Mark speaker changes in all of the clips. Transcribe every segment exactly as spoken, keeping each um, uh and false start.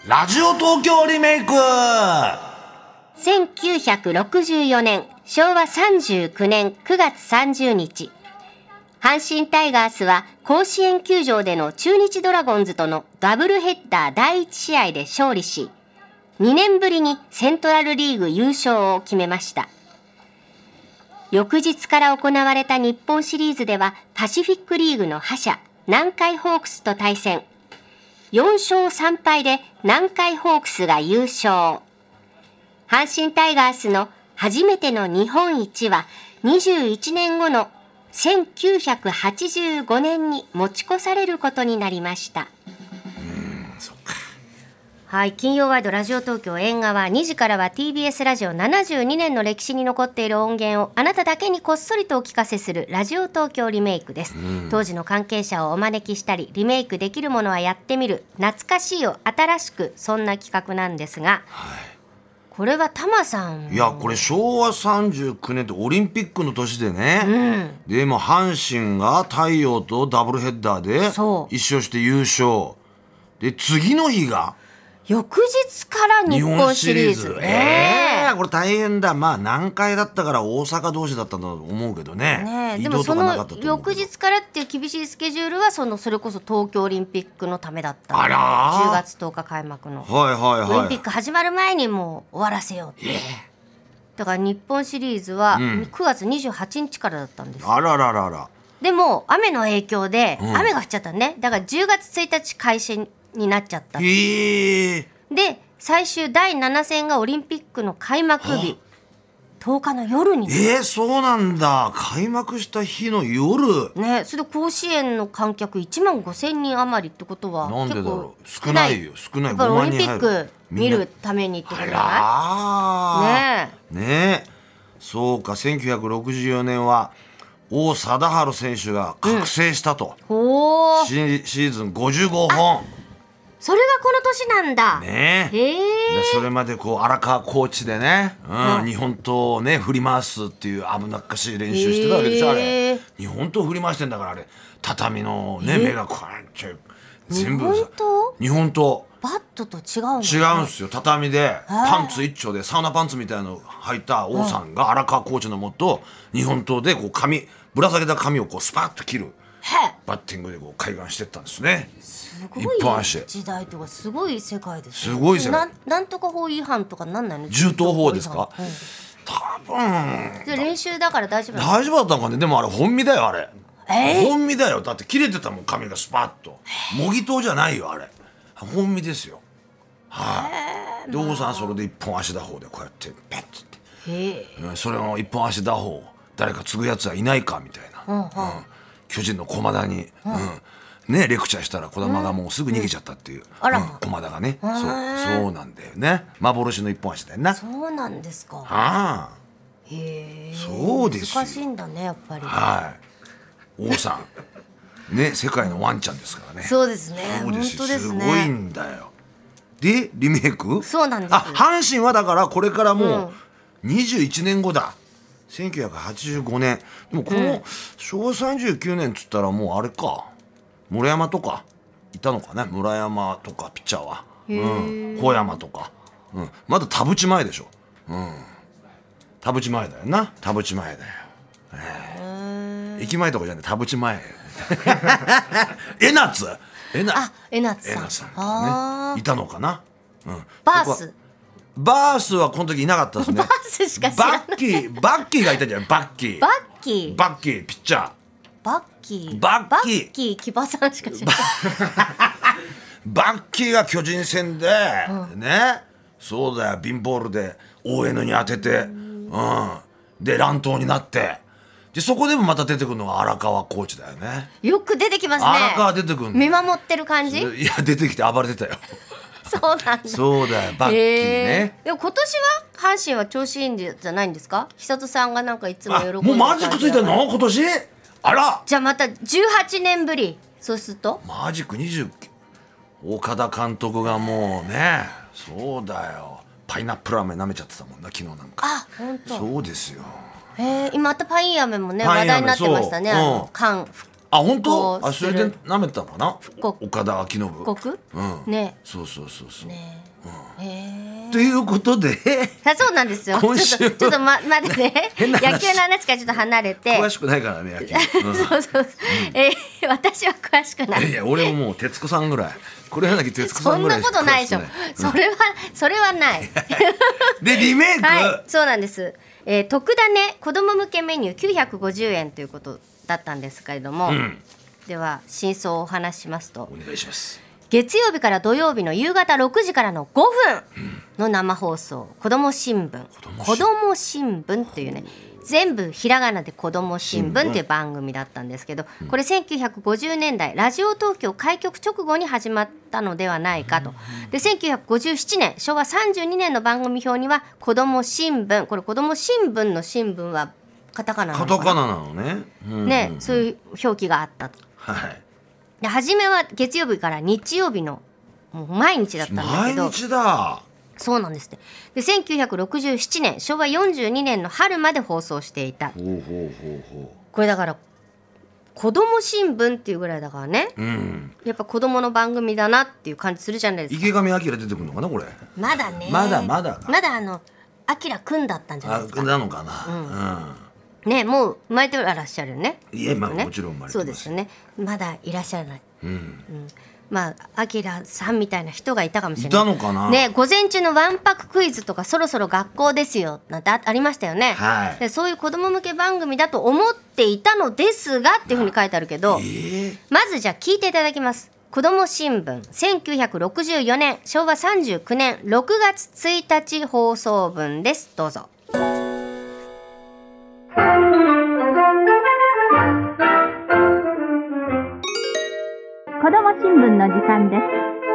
Speaker 1: ラジオ東京リメイク。
Speaker 2: せんきゅうひゃくろくじゅうよねんしょうわさんじゅうきゅうねんくがつさんじゅうにち、阪神タイガースは甲子園球場での中日ドラゴンズとのダブルヘッダーだいいち試合で勝利し、にねんぶりにセントラルリーグ優勝を決めました。翌日から行われた日本シリーズではパシフィックリーグの覇者南海ホークスと対戦。よんしょうさんぱいで南海ホークスが優勝。阪神タイガースの初めての日本一はにじゅういちねんごのせんきゅうひゃくはちじゅうごねんに持ち越されることになりました。
Speaker 1: うーん、そっか。
Speaker 2: はい、金曜ワイドラジオ東京縁側、にじからは ティービーエス ラジオななじゅうにねんの歴史に残っている音源をあなただけにこっそりとお聞かせするラジオ東京リメイクです。当時の関係者をお招きしたり、リメイクできるものはやってみる、懐かしいを新しく、そんな企画なんですが、はい、これはタマさん、
Speaker 1: いやこれしょうわさんじゅうきゅうねんってオリンピックの年でね、うん、でも阪神が太陽とダブルヘッダーで一勝して優勝で、次の日が
Speaker 2: 翌日から日本シリーズ。
Speaker 1: ええー、これ大変だ。まあ南海だったから大阪同士だったんだと思うけど ね, ね
Speaker 2: でもその翌日からっていう厳しいスケジュールはそのそれこそ東京オリンピックのためだったので、
Speaker 1: あら
Speaker 2: じゅうがつとおか開幕の、
Speaker 1: はいはいはい、
Speaker 2: オリンピック始まる前にもう終わらせようって、えー、だから日本シリーズはくがつにじゅうはちにちからだったんです、うん、
Speaker 1: あらららら。
Speaker 2: でも雨の影響で雨が降っちゃったね、だからじゅうがつついたち開始になっちゃった。
Speaker 1: へー。
Speaker 2: で最終だいななせんがオリンピックの開幕日とおかの夜に。
Speaker 1: えー、そうなんだ。開幕した日の夜
Speaker 2: ね。それで甲子園の観客いちまんごせんにん余りってことは
Speaker 1: なんでだろう。少ないよ少ない。
Speaker 2: やっぱりオリンピック見るためにってことじゃないね。
Speaker 1: えねえ、そうか。せんきゅうひゃくろくじゅうよねんは王貞治選手が覚醒したと、うん、シ, シーズンごじゅうごほん。
Speaker 2: それがこの年なんだ
Speaker 1: ね。
Speaker 2: へえ。
Speaker 1: それまでこう荒川コーチでね、うん、日本刀をね振り回すっていう危なっかしい練習してたわけでしょあれ。日本刀振り回してんだからあれ。畳のね目がこうやって全部さ。
Speaker 2: 日本刀？
Speaker 1: 日本刀
Speaker 2: バットと違うの、ね、
Speaker 1: 違うんすよ。畳でパンツ一丁でサウナパンツみたいなの履いた王さんが荒川コーチのもと日本刀でこう髪ぶら下げた髪をこうスパッと切るバッティングでこう開眼してったんですね。
Speaker 2: すごい時代とかすごい世界です、
Speaker 1: ね、すごい世界。
Speaker 2: な, なんとか法違反とかなんないの？
Speaker 1: 銃刀法ですか、うん、多分
Speaker 2: で練習だから大丈夫
Speaker 1: 大丈夫だったのかね。でもあれ本身だよあれ、
Speaker 2: えー、
Speaker 1: 本身だよ。だって切れてたもん髪がスパッと。模擬刀じゃないよあれ。本身ですよ。はい、あ、で王さんそれで一本足打法でこうやってペッてって、うん、それの一本足打法誰か継ぐやつはいないかみたいな、うんうん、巨人の駒田に、うんうん、ね、レクチャーしたら児玉がもうすぐ逃げちゃったっていう、うんうん、駒田がね。そう、そうなんだよね。幻の一本足だよな。
Speaker 2: そうなんですか。は
Speaker 1: あ、
Speaker 2: へえ。
Speaker 1: そうですよ。
Speaker 2: 難しいんだねやっぱり。
Speaker 1: はい、王さんね、世界のワンちゃんですからね。
Speaker 2: そうですね。
Speaker 1: そうですよ。
Speaker 2: 本当ですね。
Speaker 1: すごいんだよ。でリメイク。
Speaker 2: そうなんです。
Speaker 1: あ、阪神はだからこれからもうにじゅういちねんごだ。せんきゅうひゃくはちじゅうごねん。でもこのしょうわさんじゅうきゅうねんっつったらもうあれか、村山とかいたのかね。村山とかピッチャーは、うん、小山とか、うん、まだ田淵前でしょ、うん、田淵前だよな。田淵前だよ、えー、駅前とかじゃない田淵前江夏江夏
Speaker 2: あ江夏さん、
Speaker 1: さんとかねいたのかな、うん、
Speaker 2: バース
Speaker 1: バースはこの時いなかったですね。
Speaker 2: バースしか知らない。
Speaker 1: バッキーバッキーがいたじゃん。バッキー
Speaker 2: バッキー
Speaker 1: バッキーピッチャー
Speaker 2: バッキー
Speaker 1: バッキー
Speaker 2: バッキー木場さんしか知らない
Speaker 1: バッキーが巨人戦で、うん、ね、そうだよ。ビンボールで オーエヌ に当てて、うん、で乱闘になってでそこでもまた出てくるのが荒川コーチだよね。
Speaker 2: よく出てきますね。
Speaker 1: 荒川出てくるの
Speaker 2: 見守ってる感じ。
Speaker 1: いや出てきて暴れてたよ
Speaker 2: そうなんだ。
Speaker 1: そうだよバッキーね。
Speaker 2: でも今年は阪神は調子いいんじゃないんですか。久里さんがなんかいつも喜んでる。
Speaker 1: もうマジックついてるの今年。あら、
Speaker 2: じゃあまたじゅうはちねんぶり。そうすると
Speaker 1: マジックにじゅう岡田監督がもうね、そうだよ。パイナップル飴舐めちゃってたもんな昨日なんか。
Speaker 2: あ、本当。
Speaker 1: そうですよ。
Speaker 2: えー、今またパイン飴もね話題になってましたね。あの缶
Speaker 1: あ、本当？あ、
Speaker 2: こうする
Speaker 1: それで舐めたのかな、
Speaker 2: 復刻
Speaker 1: 岡田彰信。
Speaker 2: 復刻
Speaker 1: うん、
Speaker 2: ね
Speaker 1: そうそうそうそう、
Speaker 2: ね
Speaker 1: うん、
Speaker 2: へえ
Speaker 1: ということで
Speaker 2: あ、そうなんですよ。
Speaker 1: 今週
Speaker 2: ちょっとちょっとま待ってね
Speaker 1: 変な話
Speaker 2: 野球の話からちょっと離れて
Speaker 1: 詳しくないからね、野球、うん、
Speaker 2: そうそうそう、えー私は詳しくないい
Speaker 1: やいや、俺ももう徹子さんぐらい、黒柳徹子さ
Speaker 2: そんな
Speaker 1: んぐらいしか
Speaker 2: ことないでしょ
Speaker 1: 詳しくない、
Speaker 2: それはそれはない
Speaker 1: でリメイク、
Speaker 2: はい、そうなんです、えー、特ダネ子供向けメニューきゅうひゃくごじゅうえんということだったんですけれども、
Speaker 1: うん、
Speaker 2: では真相をお話ししますと、
Speaker 1: お願いします。
Speaker 2: 月曜日から土曜日の夕方ろくじからのごふんの生放送、子ども新聞子ども新聞というね、全部ひらがなで子ども新聞という番組だったんですけど、これせんきゅうひゃくごじゅうねんだいラジオ東京開局直後に始まったのではないかと。でせんきゅうひゃくごじゅうななねんしょうわさんじゅうにねんの番組表には子ども新聞、これ子ども新聞の新聞はカタカナなのかな、
Speaker 1: カタカナなのね、うんうんうん、
Speaker 2: ね、そういう表記があったと。
Speaker 1: はい、
Speaker 2: で初めは月曜日から日曜日のもう毎日だったんだけど、
Speaker 1: 毎日だ。
Speaker 2: そうなんですって。でせんきゅうひゃくろくじゅうななねんしょうわよんじゅうにねんの春まで放送していた。
Speaker 1: ほうほうほうほ
Speaker 2: これだから子ども新聞っていうぐらいだからね、
Speaker 1: う、うん、
Speaker 2: やっぱ子どもの番組だなっていう感じするじゃないですか。
Speaker 1: 池上彰出てくるのかな、これ。
Speaker 2: まだね、
Speaker 1: まだまだか、
Speaker 2: まだあのあきらくんだったんじゃないですか。
Speaker 1: あ、なのかな、
Speaker 2: うん、ね、もう生まれてらっしゃるよね。
Speaker 1: うん、いや、まあ、
Speaker 2: ね、
Speaker 1: もちろん生まれてます。
Speaker 2: そうですよね。まだいらっしゃらない、
Speaker 1: うん、
Speaker 2: うん、まああきらさんみたいな人がいたかもしれない。
Speaker 1: いたのかな。
Speaker 2: ね、午前中のワンパククイズとかそろそろ学校ですよなんて あ, ありましたよね、
Speaker 1: はい、
Speaker 2: でそういう子ども向け番組だと思っていたのですがっていうふうに書いてあるけど、
Speaker 1: えー、
Speaker 2: まずじゃあ聞いていただきます。子ども新聞せんきゅうひゃくろくじゅうよねんしょうわさんじゅうきゅうねんろくがつついたち放送分です。どうぞ。
Speaker 3: 子ども新聞の時間です。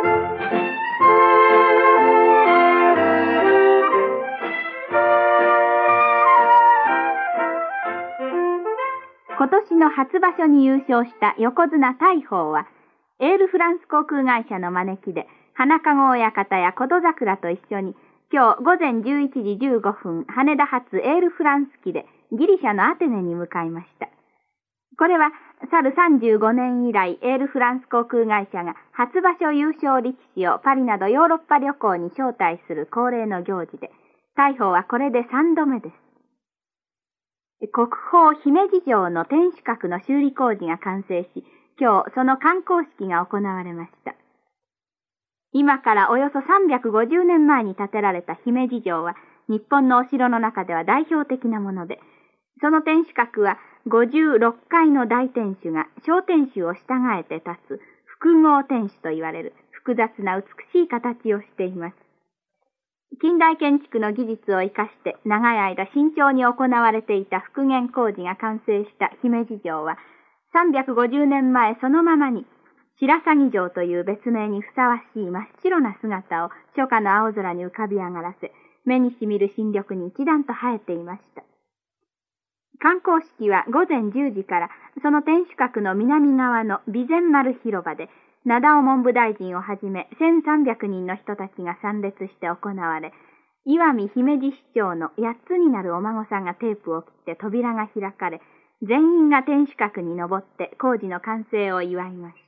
Speaker 3: 今年の初場所に優勝した横綱大鵬は、エールフランス航空会社の招きで花籠親方や琴桜と一緒に今日午前じゅういちじじゅうごふん羽田発エールフランス機でギリシャのアテネに向かいました。これは去るさんじゅうごねん以来、エールフランス航空会社が初場所優勝力士をパリなどヨーロッパ旅行に招待する恒例の行事で、大鵬はこれでさんどめです。国宝姫路城の天守閣の修理工事が完成し、今日その観光式が行われました。今からおよそさんびゃくごじゅうねんまえに建てられた姫路城は、日本のお城の中では代表的なもので、その天守閣はごじゅうろっかいの大天守が小天守を従えて立つ複合天守といわれる複雑な美しい形をしています。近代建築の技術を生かして長い間慎重に行われていた復元工事が完成した姫路城は、さんびゃくごじゅうねんまえそのままに白鷺城という別名にふさわしい真っ白な姿を初夏の青空に浮かび上がらせ、目にしみる新緑に一段と映えていました。観光式はごぜんじゅうじからその天守閣の南側の備前丸広場で、灘尾文部大臣をはじめせんさんびゃくにんの人たちが参列して行われ、石見姫路市長のやっつになるお孫さんがテープを切って扉が開かれ、全員が天守閣に登って工事の完成を祝いました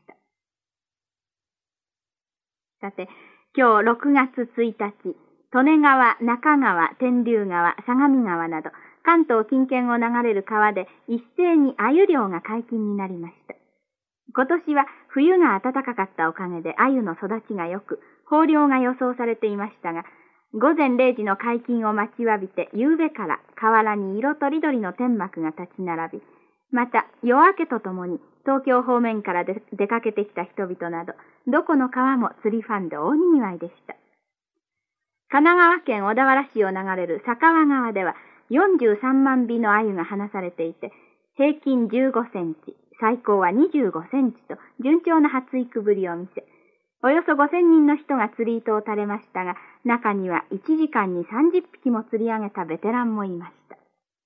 Speaker 3: 。さて、今日ろくがつついたち、利根川、中川、天竜川、相模川など関東近県を流れる川で一斉に鮎漁が解禁になりました。今年は冬が暖かかったおかげで鮎の育ちが良く、豊漁が予想されていましたが、ごぜんれいじの解禁を待ちわびて、夕べから河原に色とりどりの天幕が立ち並び、また夜明けとともに東京方面からで出かけてきた人々など、どこの川も釣りファンで大にぎわいでした。神奈川県小田原市を流れる佐川川ではよんじゅうさんまんびの鮎が放されていて、平均じゅうごセンチ、最高はにじゅうごセンチと順調な発育ぶりを見せ、およそごせんにんの人が釣り糸を垂れましたが、中にはいちじかんにさんじゅっぴきも釣り上げたベテランもいました。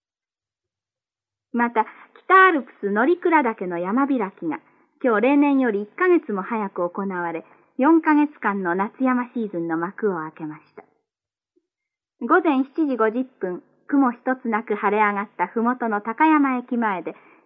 Speaker 3: また、北アルプス乗鞍岳の山開きが、今日例年よりいっかげつも早く行われ、よんかげつかんの夏山シーズンの幕を開けました。ごぜんしちじごじゅっぷん、雲一つなく晴れ上がったふもとの高山駅前で、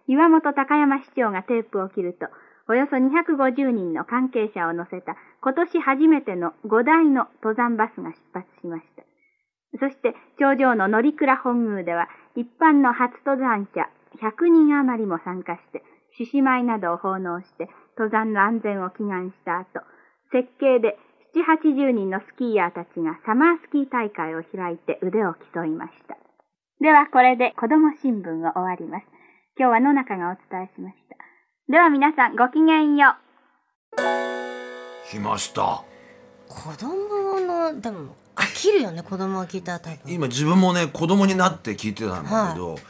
Speaker 3: 岩本高山市長がテープを切ると、およそにひゃくごじゅうにんの関係者を乗せた今年初めてのごだいの登山バスが出発しました。そして頂上の乗鞍本宮では一般の初登山者ひゃくにん余りも参加して獅子舞などを奉納して登山の安全を祈願した後、設計でななじゅうはちじゅうにんのスキーヤーたちがサマースキー大会を開いて腕を競いました。ではこれで子ども新聞を終わります。今日は野中がお伝えしました。では皆さんごきげんよう。
Speaker 1: 来ました。
Speaker 2: 子供のでも飽きるよね、子供が聞いたら多分。
Speaker 1: 今自分もね子供になって聞いてたんだけど、はい、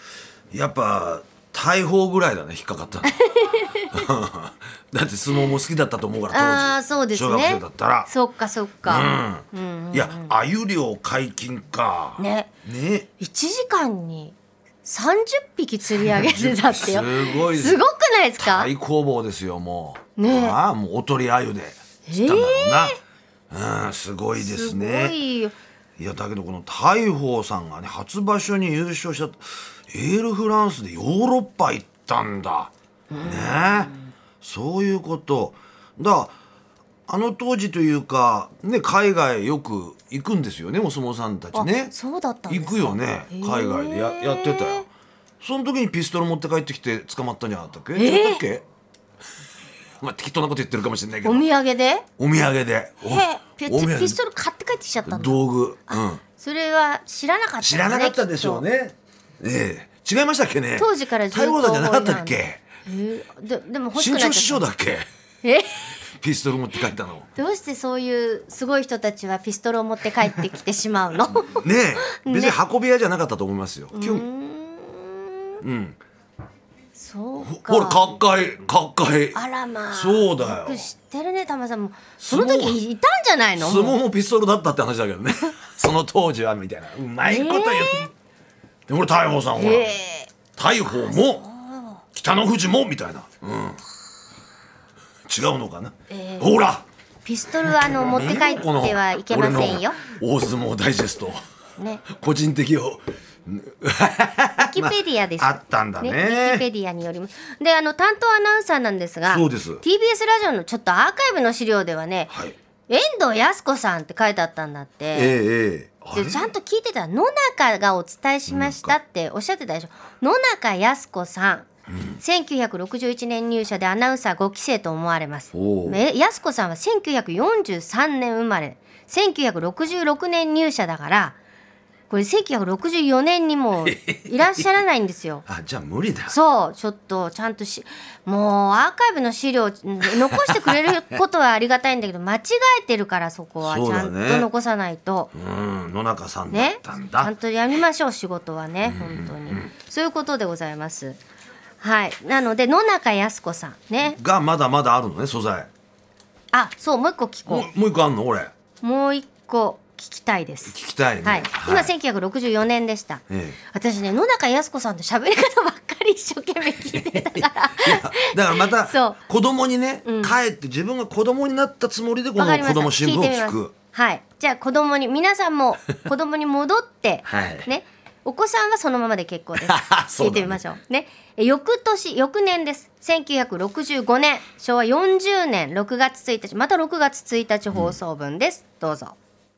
Speaker 1: やっぱ大砲ぐらいだね引っかかったのだって相撲も好きだったと思うから当時。
Speaker 2: あーそうですね、
Speaker 1: 小学生だったら。
Speaker 2: そっかそっか、
Speaker 1: うんうんうん、いや鮎漁解禁か
Speaker 2: ね
Speaker 1: ね、
Speaker 2: いちじかんにさんじゅっぴき釣り上げてたってよ
Speaker 1: すごいです。
Speaker 2: すごくないですか。
Speaker 1: 大工房ですよもう、
Speaker 2: ね、
Speaker 1: ああもうおとり鮎で釣ったんだろうな、えー、うんすごいですね。
Speaker 2: すごいよ。
Speaker 1: いやだけどこの大鵬さんがね初場所に優勝したエールフランスでヨーロッパ行ったんだね。そういうことだ。あの当時というかね海外よく行くんですよねお相撲さんたちね。
Speaker 2: そうだったんですか。
Speaker 1: 行くよね海外で や, やってたよ。その時にピストル持って帰ってきて捕まったんじゃなかったっけ、えー、違ったっけまあ適当なこと言ってるかもしれないけど。
Speaker 2: お土産でお
Speaker 1: 土産で
Speaker 2: ピ, ピストル買って帰ってきちゃったんだ。
Speaker 1: 道具、うん、
Speaker 2: それは知らなかったんだね。
Speaker 1: 知らなかったでしょうね。ええ、違いましたっけね。
Speaker 2: 当時から
Speaker 1: 大砲さんじゃなかったっけ。
Speaker 2: えー、で, でも欲しくなっちゃった。
Speaker 1: 新潮師匠だっけ
Speaker 2: え
Speaker 1: ピストル持って帰ったの。
Speaker 2: どうしてそういうすごい人たちはピストルを持って帰ってきてしまうの
Speaker 1: ねえ別に運び屋じゃなかったと思いますよ。
Speaker 2: ね、
Speaker 1: うん、
Speaker 2: そうか。
Speaker 1: ほらかっかいかっかい。
Speaker 2: あらまあ
Speaker 1: そうだよ。
Speaker 2: よく知ってるね玉さんも。その時いたんじゃないの。
Speaker 1: 相撲もピストルだったって話だけどねその当時はみたいなうまいこと言う、えー、でも大鵬さんは、えー、大鵬も北の富士もみたいな、うん、違うのかな、えー、ほら
Speaker 2: ピストルはあの持って帰ってはいけませんよ。
Speaker 1: 大相撲ダイジェスト、ね、個人的を
Speaker 2: ウィキペディアです、
Speaker 1: まあ、あったんだね。
Speaker 2: ねウィキペディアによりますであの担当アナウンサーなんですが、
Speaker 1: そうです
Speaker 2: ティービーエス ラジオのちょっとアーカイブの資料ではね、はい、遠藤靖子さんって書いてあったんだって、
Speaker 1: えーえー、
Speaker 2: ちゃんと聞いてたら野中がお伝えしましたっておっしゃってたでしょ。野中靖子さん、うん、せんきゅうひゃくろくじゅういちねん入社でアナウンサーごきせいと思われます。靖子さんはせんきゅうひゃくよんじゅうさんねん生まれせんきゅうひゃくろくじゅうろくねん入社だからこれせんきゅうひゃくろくじゅうよねんにもいらっしゃらないんですよ
Speaker 1: あじゃあ無理だ。
Speaker 2: そうちょっとちゃんとしもうアーカイブの資料残してくれることはありがたいんだけど間違えてるからそこはちゃんと残さないと。
Speaker 1: う、ね、うん野中さんだったんだ、
Speaker 2: ね、ちゃんとやりましょう仕事はね本当に、うんうん、そういうことでございます。はいなので野中靖子さんね
Speaker 1: がまだまだあるのね素材。
Speaker 2: あそうもう一個聞こ
Speaker 1: うもう一個あんの俺
Speaker 2: もう一個聞きたいです。
Speaker 1: 聞きたいね、
Speaker 2: はい、今、はい、せんきゅうひゃくろくじゅうよねんでした、ええ、私ね野中靖子さんと喋り方ばっかり一生懸命聞いてたからいや
Speaker 1: だからまた子供にね、うん、帰って自分が子供になったつもりでこの子供新聞を聞く。
Speaker 2: はいじゃあ子供に皆さんも子供に戻って、はいね、お子さんはそのままで結構です聞いてみましょうね。翌年翌年ですせんきゅうひゃくろくじゅうごねんしょうわよんじゅうねんろくがつついたちまたろくがつついたち放送分です、うん、どうぞ。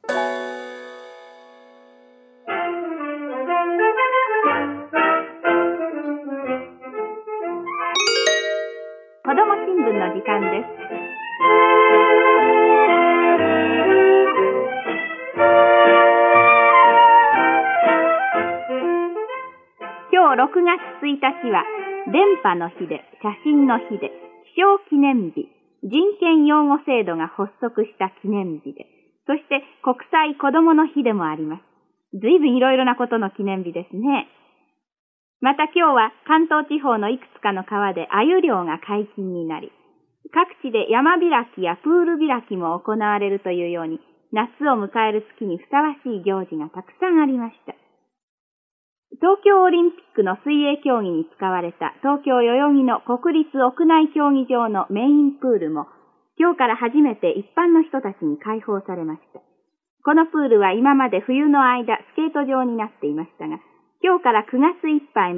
Speaker 3: 子ども新聞の時間です。今日ろくがつついたちは電波の日で写真の日で気象記念日、人権擁護制度が発足した記念日で、そして国際子どもの日でもあります。ずいぶんいろいろなことの記念日ですね。また今日は関東地方のいくつかの川で鮎漁が解禁になり、各地で山開きやプール開きも行われるというように、夏を迎える月にふさわしい行事がたくさんありました。東京オリンピックの水泳競技に使われた東京代々木の国立屋内競技場のメインプールも、今日から初めて一般の人たちに開放されました。このプールは今まで冬の間スケート場になっていましたが、今日からくがついっぱいまで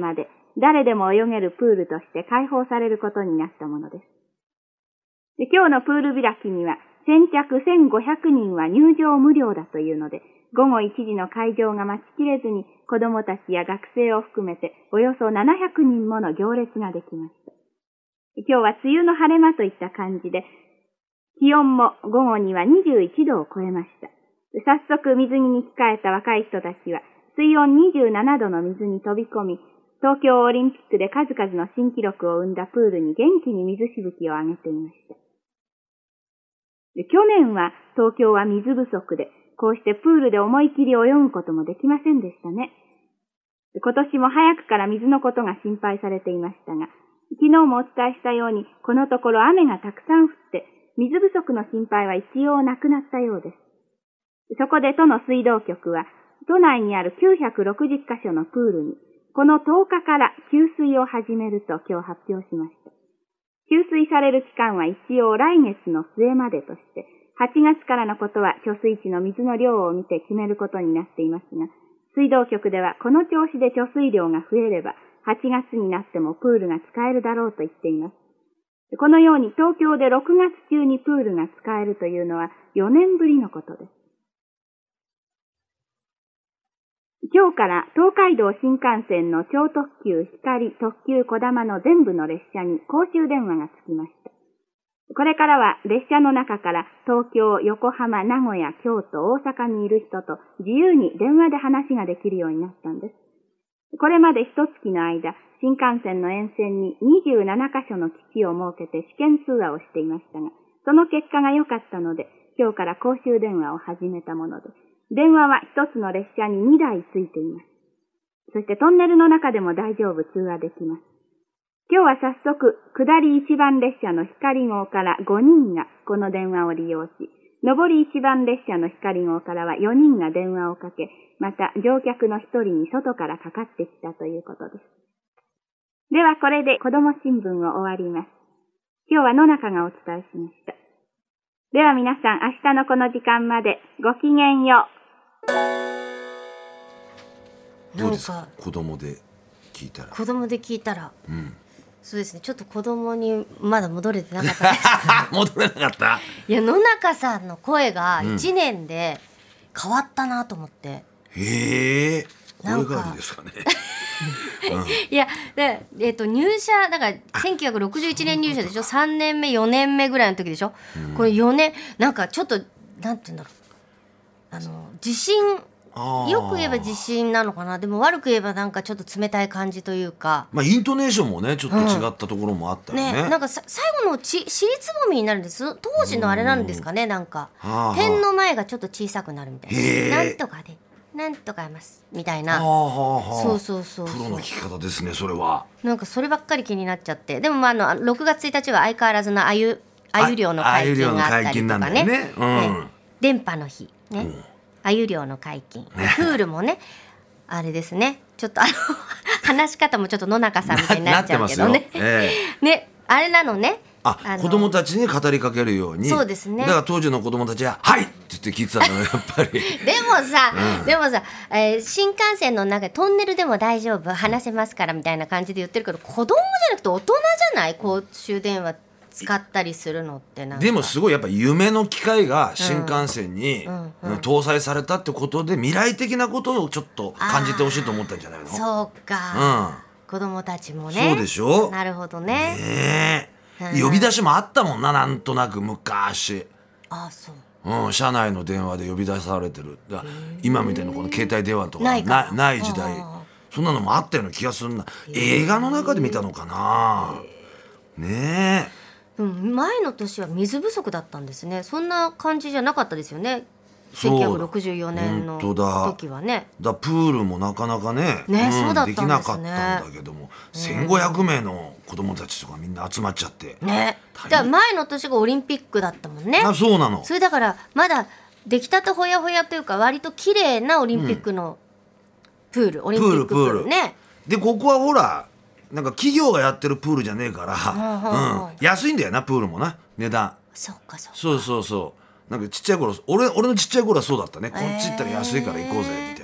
Speaker 3: 誰でも泳げるプールとして開放されることになったものです。で今日のプール開きには、先着せんごひゃくにんは入場無料だというので、ごごいちじの開場が待ちきれずに、子供たちや学生を含めておよそななひゃくにんもの行列ができました。今日は梅雨の晴れ間といった感じで、気温も午後にはにじゅういちどを超えました。早速水着に着替えた若い人たちは、水温にじゅうななどの水に飛び込み、東京オリンピックで数々の新記録を生んだプールに元気に水しぶきを上げていました。で去年は東京は水不足で、こうしてプールで思い切り泳ぐこともできませんでしたね。で今年も早くから水のことが心配されていましたが、昨日もお伝えしたように、このところ雨がたくさん降って、水不足の心配は一応なくなったようです。そこで都の水道局は、都内にあるきゅうひゃくろくじゅっかしょのプールに、このとおかから給水を始めると今日発表しました。給水される期間は一応来月の末までとして、はちがつからのことは貯水池の水の量を見て決めることになっていますが、水道局ではこの調子で貯水量が増えれば、はちがつになってもプールが使えるだろうと言っています。このように東京でろくがつ中にプールが使えるというのはよねんぶりのことです。今日から東海道新幹線の超特急ひかり特急こだまの全部の列車に公衆電話がつきました。これからは列車の中から東京、横浜、名古屋、京都、大阪にいる人と自由に電話で話ができるようになったんです。これまで一月の間、新幹線の沿線ににじゅうななかしょの基地を設けて試験通話をしていましたが、その結果が良かったので、今日から公衆電話を始めたものです。電話は一つの列車ににだいついています。そしてトンネルの中でも大丈夫通話できます。今日は早速、下りいちばん列車の光号からごにんがこの電話を利用し、上りいちばん列車の光号からはよにんが電話をかけ、また乗客のひとりに外からかかってきたということです。ではこれで子ども新聞を終わります。今日は野中がお伝えしました。では皆さん、明日のこの時間までごきげんよう。
Speaker 1: どうですか、子供で聞いたら。
Speaker 2: 子供で聞いたら、
Speaker 1: うん、
Speaker 2: そうですね、ちょっと子供にまだ戻れてなかったです
Speaker 1: 戻れなかった。
Speaker 2: いや、野中さんの声がいちねんで変わったなと思って、
Speaker 1: うん、へえ、これがあるですかねうん、
Speaker 2: いやで、えー、と入社だからせんきゅうひゃくろくじゅういちねん入社でしょ。さんねんめよねんめぐらいの時でしょ、うん、これよねんなんかちょっとなんて言うんだろう、あの自信、よく言えば自信なのかな、でも悪く言えばなんかちょっと冷たい感じというか、
Speaker 1: まあ、イントネーションもねちょっと違ったところもあったよね、うん、
Speaker 2: ね、なんかさ最後のち尻つぼみになるんです。当時のあれなんですかね、なんか点の前がちょっと小さくなるみたいな、なんとかでなんとかいますみたいな、はあはあ、そうそうそうそう、
Speaker 1: プロの聞き方ですね。それは
Speaker 2: なんかそればっかり気になっちゃって、でもまああのろくがつついたちは相変わらずのあゆあゆ漁の解禁があったりとかね、ね、うんね、電波の日ね、うん、あゆ漁の解禁、プールもねあれですね、ちょっとあの話し方もちょっと野中さんみたいになっちゃうけどねええ、ね、あれなのね、
Speaker 1: ああ子供たちに語りかけるように。
Speaker 2: そうですね。
Speaker 1: だから当時の子供たちははいって言って聞いてたのよやっぱりで
Speaker 2: もさ、うん、でもさ、えー、新幹線の中でトンネルでも大丈夫話せますからみたいな感じで言ってるけど、子供じゃなくて大人じゃない、公衆電話使ったりするのって。なんか
Speaker 1: でもすごいやっぱ夢の機械が新幹線に、うんうんうん、搭載されたってことで未来的なことをちょっと感じてほしいと思ったんじゃないの。
Speaker 2: そうか、うん、子供たちもね。
Speaker 1: そうでしょ。
Speaker 2: なるほどね。
Speaker 1: ねえ、呼び出しもあったもんな、なんとなく昔。
Speaker 2: あ、そう、
Speaker 1: うん、車内の電話で呼び出されてる。だ今みたいなこの携帯電話とかないか な, ない時代、そんなのもあったような気がするな。映画の中で見たのかな。ねえ、
Speaker 2: うん、前の年は水不足だったんですね。そんな感じじゃなかったですよね。せんきゅうひゃくろくじゅうよねんの時はね。
Speaker 1: だプールもなかなか ね,
Speaker 2: ね、
Speaker 1: うん、
Speaker 2: そうだったんですね。
Speaker 1: できなかったんだけども、うん、せんごひゃくめいの子供たちとかみんな集まっちゃって
Speaker 2: ね。だから前の年がオリンピックだったもんね。
Speaker 1: あ、そうなの。
Speaker 2: それだからまだ出来たてほやほやというか割と綺麗なオリンピックのプール、うん、オリンピックプールね。
Speaker 1: でここはほらなんか企業がやってるプールじゃねえから、うんうん、安いんだよなプールもな、値段。
Speaker 2: そうかそうか。
Speaker 1: そうそうそう。なんかちっちゃい頃 俺, 俺のちっちゃい頃はそうだったね。こっち行ったら安いから行こうぜみたいな。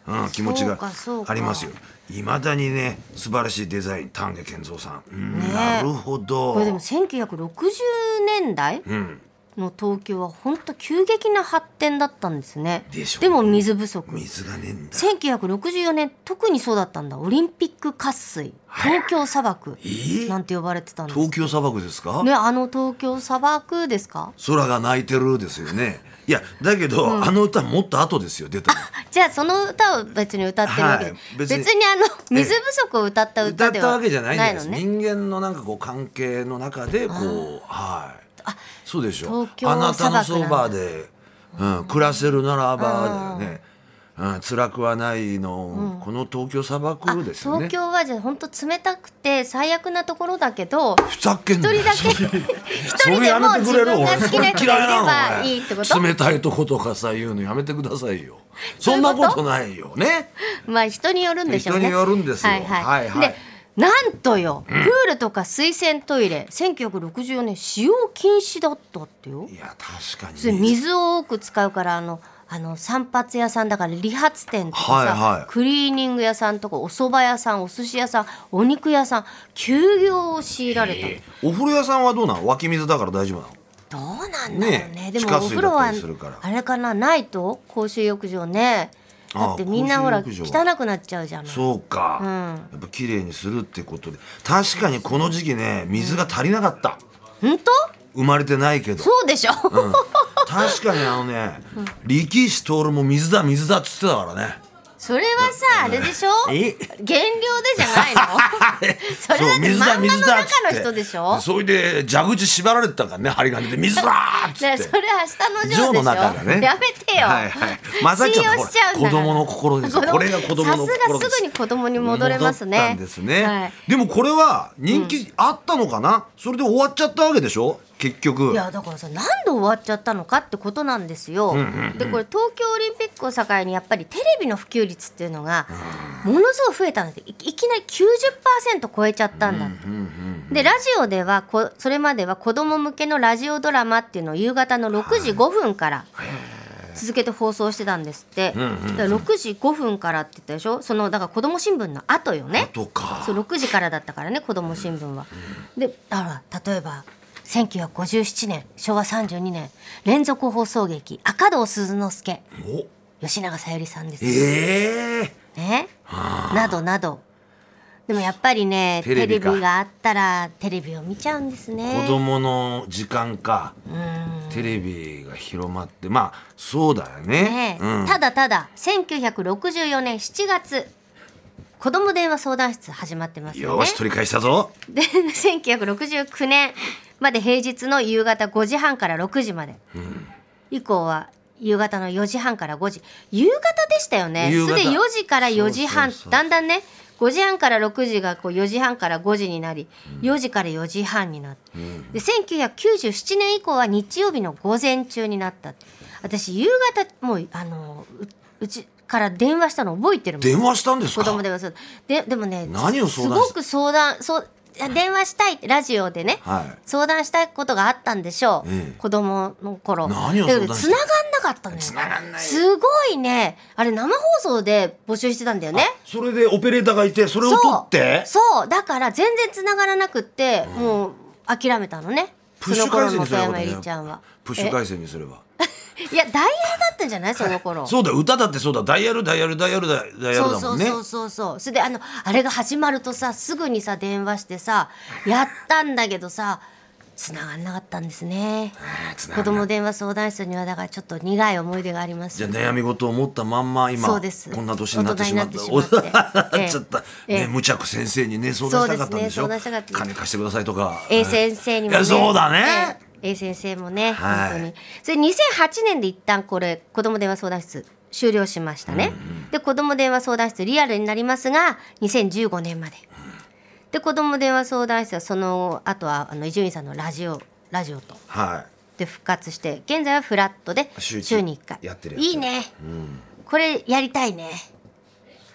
Speaker 1: うん、気持ちが
Speaker 2: そうかそうか
Speaker 1: ありますよ。いまだにね素晴らしいデザイン丹下健三さん、うん、
Speaker 2: ねえ
Speaker 1: なるほど。
Speaker 2: これでもせんきゅうひゃくろくじゅうねんだい
Speaker 1: うん
Speaker 2: の東京は本当急激な発展だったんですね。
Speaker 1: でしょうね。
Speaker 2: でも水不足。
Speaker 1: 水がねえんだ。
Speaker 2: せんきゅうひゃくろくじゅうよねん特にそうだったんだ。オリンピック渇水、東京砂漠なんて呼ばれてたんです。
Speaker 1: 東京砂漠ですか
Speaker 2: ね、あの東京砂漠ですか。
Speaker 1: 空が泣いてるですよね。いやだけど、うん、あの歌もっと後ですよ出たの。
Speaker 2: じゃあその歌を別に歌ってるわけで、はい、別に、別にあの水不足を歌った歌ではないのね。
Speaker 1: 歌ったわけじゃないんです。人間のなんかこう関係の中でこうはい。あ、そうでしょ。あなたのそばで、うん、暮らせるならばだよね。うん、辛くはないの、うん、この東京砂漠ですよね。
Speaker 2: 東京はじゃあ本当冷たくて最悪なところだけど、
Speaker 1: ふざけんな
Speaker 2: 一人だけ一人でも自分が好きな人がいればいいってこと。
Speaker 1: 冷たいとことかさ言うのやめてくださいよ。そんなことないよね。
Speaker 2: まあ人によるんでしょうね。
Speaker 1: 人によるんですよ。
Speaker 2: はいはい。
Speaker 1: はいはい、
Speaker 2: でなんとよ、うん、プールとか水洗トイレせんきゅうひゃくろくじゅうよねん使用禁止だったってよ。
Speaker 1: いや確かに、
Speaker 2: ね、水を多く使うからあのあの散髪屋さんだから理髪店とかさ、
Speaker 1: はいはい、
Speaker 2: クリーニング屋さんとかお蕎麦屋さんお寿司屋さんお肉屋さん休業を強いられた。
Speaker 1: えー、お風呂屋さんはどうなの？湧き水だから大丈夫なの？
Speaker 2: どうなんだろう ね, ねでもお風呂はあれかなないと公衆浴場ね。だってみんなほら汚くなっちゃうじゃん。
Speaker 1: そうか、うん、やっぱ綺麗にするってことで確かにこの時期ね水が足りなかった。
Speaker 2: 本当？
Speaker 1: 生まれてないけど
Speaker 2: そうでしょ、
Speaker 1: うん、確かにあのね、うん、力士徹も水だ水だっつってたからね。
Speaker 2: それはさあれでしょ減量でじゃないのそれだって漫画の中の人でしょ。
Speaker 1: それで蛇口縛られてたからね針金で水だーっつって
Speaker 2: それは下の錠でしょ。
Speaker 1: の中がね
Speaker 2: やめてよ、
Speaker 1: はいはい、まさちゃんの子供の心ですよ。これが子供の心です。
Speaker 2: さすがすぐに子供に戻れますね。
Speaker 1: 戻ったんですね、はい、でもこれは人気あったのかな、うん、それで終わっちゃったわけでしょ結局。
Speaker 2: いやだからさなんで終わっちゃったのかってことなんですよ、うんうんうん、でこれ東京オリンピックを境にやっぱりテレビの普及率っていうのがものすごい増えたんで い, いきなり きゅうじゅっパーセント 超えちゃったんだって、うんうんうんうん、でラジオではこそれまでは子供向けのラジオドラマっていうのを夕方のろくじごふんから続けて放送してたんですって、うんうんうん、だからろくじごふんからって言ったでしょ。そのだから子供新聞の後よね。
Speaker 1: 後か。
Speaker 2: そうろくじからだったからね子供新聞は、うん、でだから例えばせんきゅうひゃくごじゅうななねんしょうわさんじゅうにねん連続放送劇赤胴鈴之助吉永小百合さんですよ、
Speaker 1: えー
Speaker 2: ね、などなど。でもやっぱりねテレビがあったらテレビを見ちゃうんですね。
Speaker 1: 子供の時間かうんテレビが広まってまあそうだよ ね,
Speaker 2: ね、
Speaker 1: うん、
Speaker 2: ただただせんきゅうひゃくろくじゅうよねんしちがつ子ども電話相談室始まってますよね。
Speaker 1: よし取り返したぞ。
Speaker 2: でせんきゅうひゃくろくじゅうきゅうねんまで平日の夕方ごじはんからろくじまで、うん、以降は夕方のよじはんからごじ夕方でしたよね。それでよじからよじはんそうそうそうだんだんねごじはんからろくじがこうよじはんからごじになり、うん、よじからよじはんになって、うん、でせんきゅうひゃくきゅうじゅうななねん以降は日曜日の午前中になった。私夕方もうあの う, うちから電話したの覚えてるもん。
Speaker 1: 電話したんですか。
Speaker 2: 子供電話するででもね
Speaker 1: 何を相談
Speaker 2: すごく相談そう電話したいってラジオでね、はい、相談したいことがあったんでしょう、ええ、子供の頃。
Speaker 1: 何を相談した。
Speaker 2: 繋がんなかったのよ。
Speaker 1: 繋がんない。
Speaker 2: すごいねあれ生放送で募集してたんだよね。
Speaker 1: それでオペレーターがいてそれを取って
Speaker 2: そうだから全然繋がらなくって、うん、もう諦めたのね。
Speaker 1: プッシュ回線にすれば、
Speaker 2: ね、ちゃんは
Speaker 1: プッシュ回線にすれば
Speaker 2: いやダイヤルだったんじゃないその頃。
Speaker 1: そうだ歌だってそうだダイヤルダイヤルダイヤルダイヤルだもんね。
Speaker 2: そうそうそうそう。それであのあれが始まるとさすぐにさ電話してさやったんだけどさ繋がんなかったんですね。子供電話相談室にはだからちょっと苦い思い出があります。
Speaker 1: じゃあ悩み事を持ったまんま今
Speaker 2: そうです
Speaker 1: こんな年になってしまった
Speaker 2: 大人になってしまって
Speaker 1: なっちゃった、ええね、無茶苦先生にね相談したかったんでしょ。
Speaker 2: そうですね、相談したかった。
Speaker 1: 金貸してくださいとか
Speaker 2: A 先生にもね。
Speaker 1: いやそうだね、
Speaker 2: ええA 先生もね、
Speaker 1: はい、
Speaker 2: 本当にそれにせんはちねんで一旦これ子ども電話相談室終了しましたね、うんうん、で子ども電話相談室リアルになりますがにせんじゅうごねんまで、うん、で子ども電話相談室はその後はあの伊集院さんのラジオラジオと、はい、で復活して現在はフラットで週にいっかい
Speaker 1: やってる
Speaker 2: いいね、うん、これやりたいね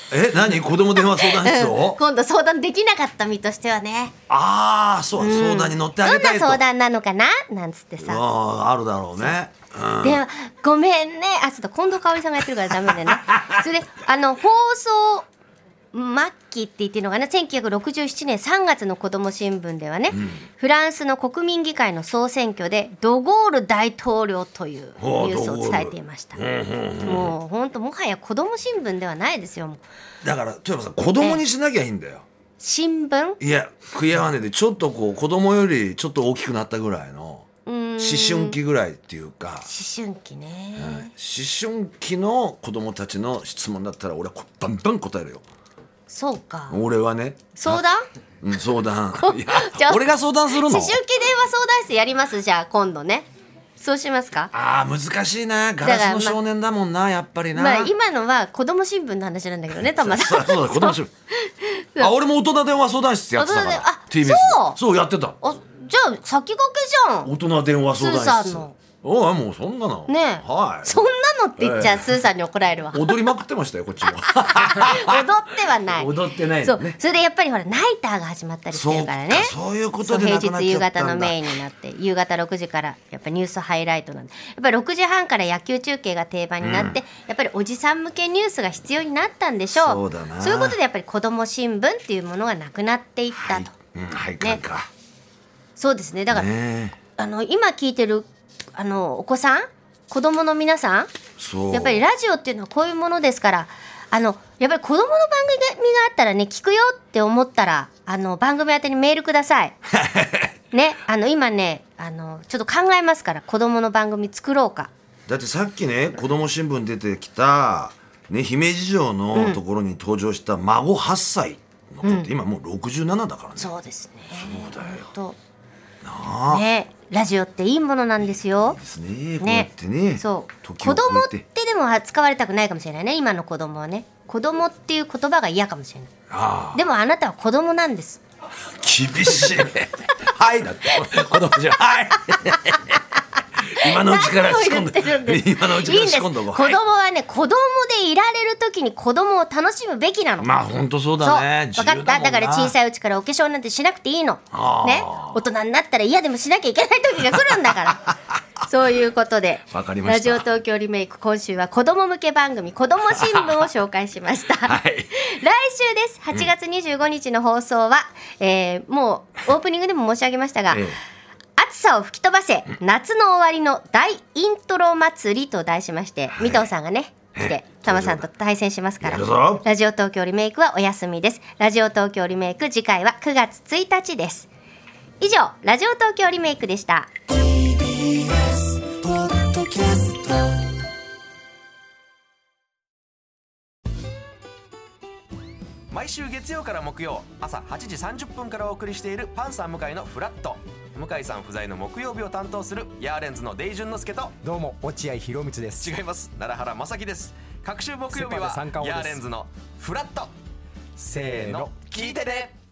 Speaker 1: え何子供電話相談室を
Speaker 2: 今度相談できなかった身としてはね、
Speaker 1: ああそう、うん、相談に乗ってあげたいと。
Speaker 2: どんな相談なのかななんつってさ、
Speaker 1: ああるだろうね、
Speaker 2: うん、でごめんね、あちょっと近藤香織さんがやってるからダメだよねそれであの放送末期って言ってるのかな、せんきゅうひゃくろくじゅうななねんさんがつの子ども新聞ではね、うん、フランスの国民議会の総選挙でドゴール大統領というニュースを伝えていました。もう本当もはや子ども新聞ではないですよ。もう
Speaker 1: だから例えばさ子供にしなきゃいいんだよ。
Speaker 2: 新聞
Speaker 1: いや食い合わねでちょっとこう子供よりちょっと大きくなったぐらいの思春期ぐらいっていうか、
Speaker 2: 思春期ね、
Speaker 1: うん、思春期の子供たちの質問だったら俺はバンバン答えるよ。
Speaker 2: そうか。
Speaker 1: 俺はね。
Speaker 2: 相談？
Speaker 1: うん、相談。いや俺が相談するの？
Speaker 2: 思春期電話相談室やります。じゃあ今度ね。そうしますか？
Speaker 1: ああ難しいな。ガラスの少年だもんな、やっぱりな。
Speaker 2: まあ今のは子供新聞の話なんだけどね、たまさん。
Speaker 1: そうだ子供新聞。あ俺も大人電話相談室やってたから。
Speaker 2: あ
Speaker 1: ティービーエス
Speaker 2: そう
Speaker 1: そうやってた。
Speaker 2: あじゃあ先駆けじゃん。
Speaker 1: 大人電話相談室。
Speaker 2: スーさんの。
Speaker 1: おいもうそんなの
Speaker 2: ねえ、はい、そんなのって言っちゃ、えー、スーさんに怒られるわ。
Speaker 1: 踊りまくってましたよこっちも踊
Speaker 2: ってはない
Speaker 1: 踊ってない、ね、
Speaker 2: そうそれでやっぱりほらナイターが始まったりしてるからね。
Speaker 1: そうそういうことでなくなっちゃったんだ。
Speaker 2: 平日夕方のメインになって夕方ろくじからやっぱニュースハイライトなんで、やっぱりろくじはんから野球中継が定番になって、うん、やっぱりおじさん向けニュースが必要になったんでしょう。
Speaker 1: そうだな。
Speaker 2: そういうことでやっぱり子ども新聞っていうものがなくなっていったと、はい
Speaker 1: うん、はいかんか、
Speaker 2: ね、そうですね。だから、ね、あの今聞いてるあのお子さん子供の皆さん、そうやっぱりラジオっていうのはこういうものですから、あのやっぱり子供の番組があったらね聞くよって思ったらあの番組宛てにメールくださいね、あの今ねあのちょっと考えますから子供の番組作ろうか。
Speaker 1: だってさっきね子供新聞出てきた、ね、姫路城のところに登場した孫はっさいの子って、うん、今もうろくじゅうななだからね。
Speaker 2: そうですね。
Speaker 1: そうだよ
Speaker 2: と
Speaker 1: なあ、
Speaker 2: ね、ラジオっていいものなんですよ。
Speaker 1: いいですね。こうやってね。
Speaker 2: そう子供ってでも扱われたくないかもしれないね。今の子供はね子供っていう言葉が嫌かもしれない。あでもあなたは子供なんです。
Speaker 1: 厳しいねはいだって子供じゃはい今のうちから仕込んで今のうちから仕込んどこう。
Speaker 2: 子供はね子供でいられる時に子供を楽しむべきなの。
Speaker 1: まあ本当そうだね。
Speaker 2: 分かった。だから小さいうちからお化粧なんてしなくていいのね。大人になったら嫌でもしなきゃいけない時が来るんだからそういうことで
Speaker 1: わかりました。
Speaker 2: ラジオ東京リメイク今週は子供向け番組子供新聞を紹介しました、はい、来週ですはちがつにじゅうごにちの放送は、うんえー、もうオープニングでも申し上げましたが、ええ暑さを吹き飛ばせ夏の終わりの大イントロ祭りと題しまして、はい、武藤さんがね来てタマさんと対戦しますからラジオ東京リメイクはお休みです。ラジオ東京リメイク次回はくがつついたちです。以上ラジオ東京リメイクでした。 ティービーエス ポッドキャスト
Speaker 4: 毎週月曜から木曜朝はちじさんじゅっぷんからお送りしているパンサー向井のフラット。向井さん不在の木曜日を担当するヤーレンズのデイジュンの之介と
Speaker 5: どうも落合博満です。
Speaker 4: 違います奈良原正樹です。各週木曜日はヤーレンズのフラット。せーの聞いてね。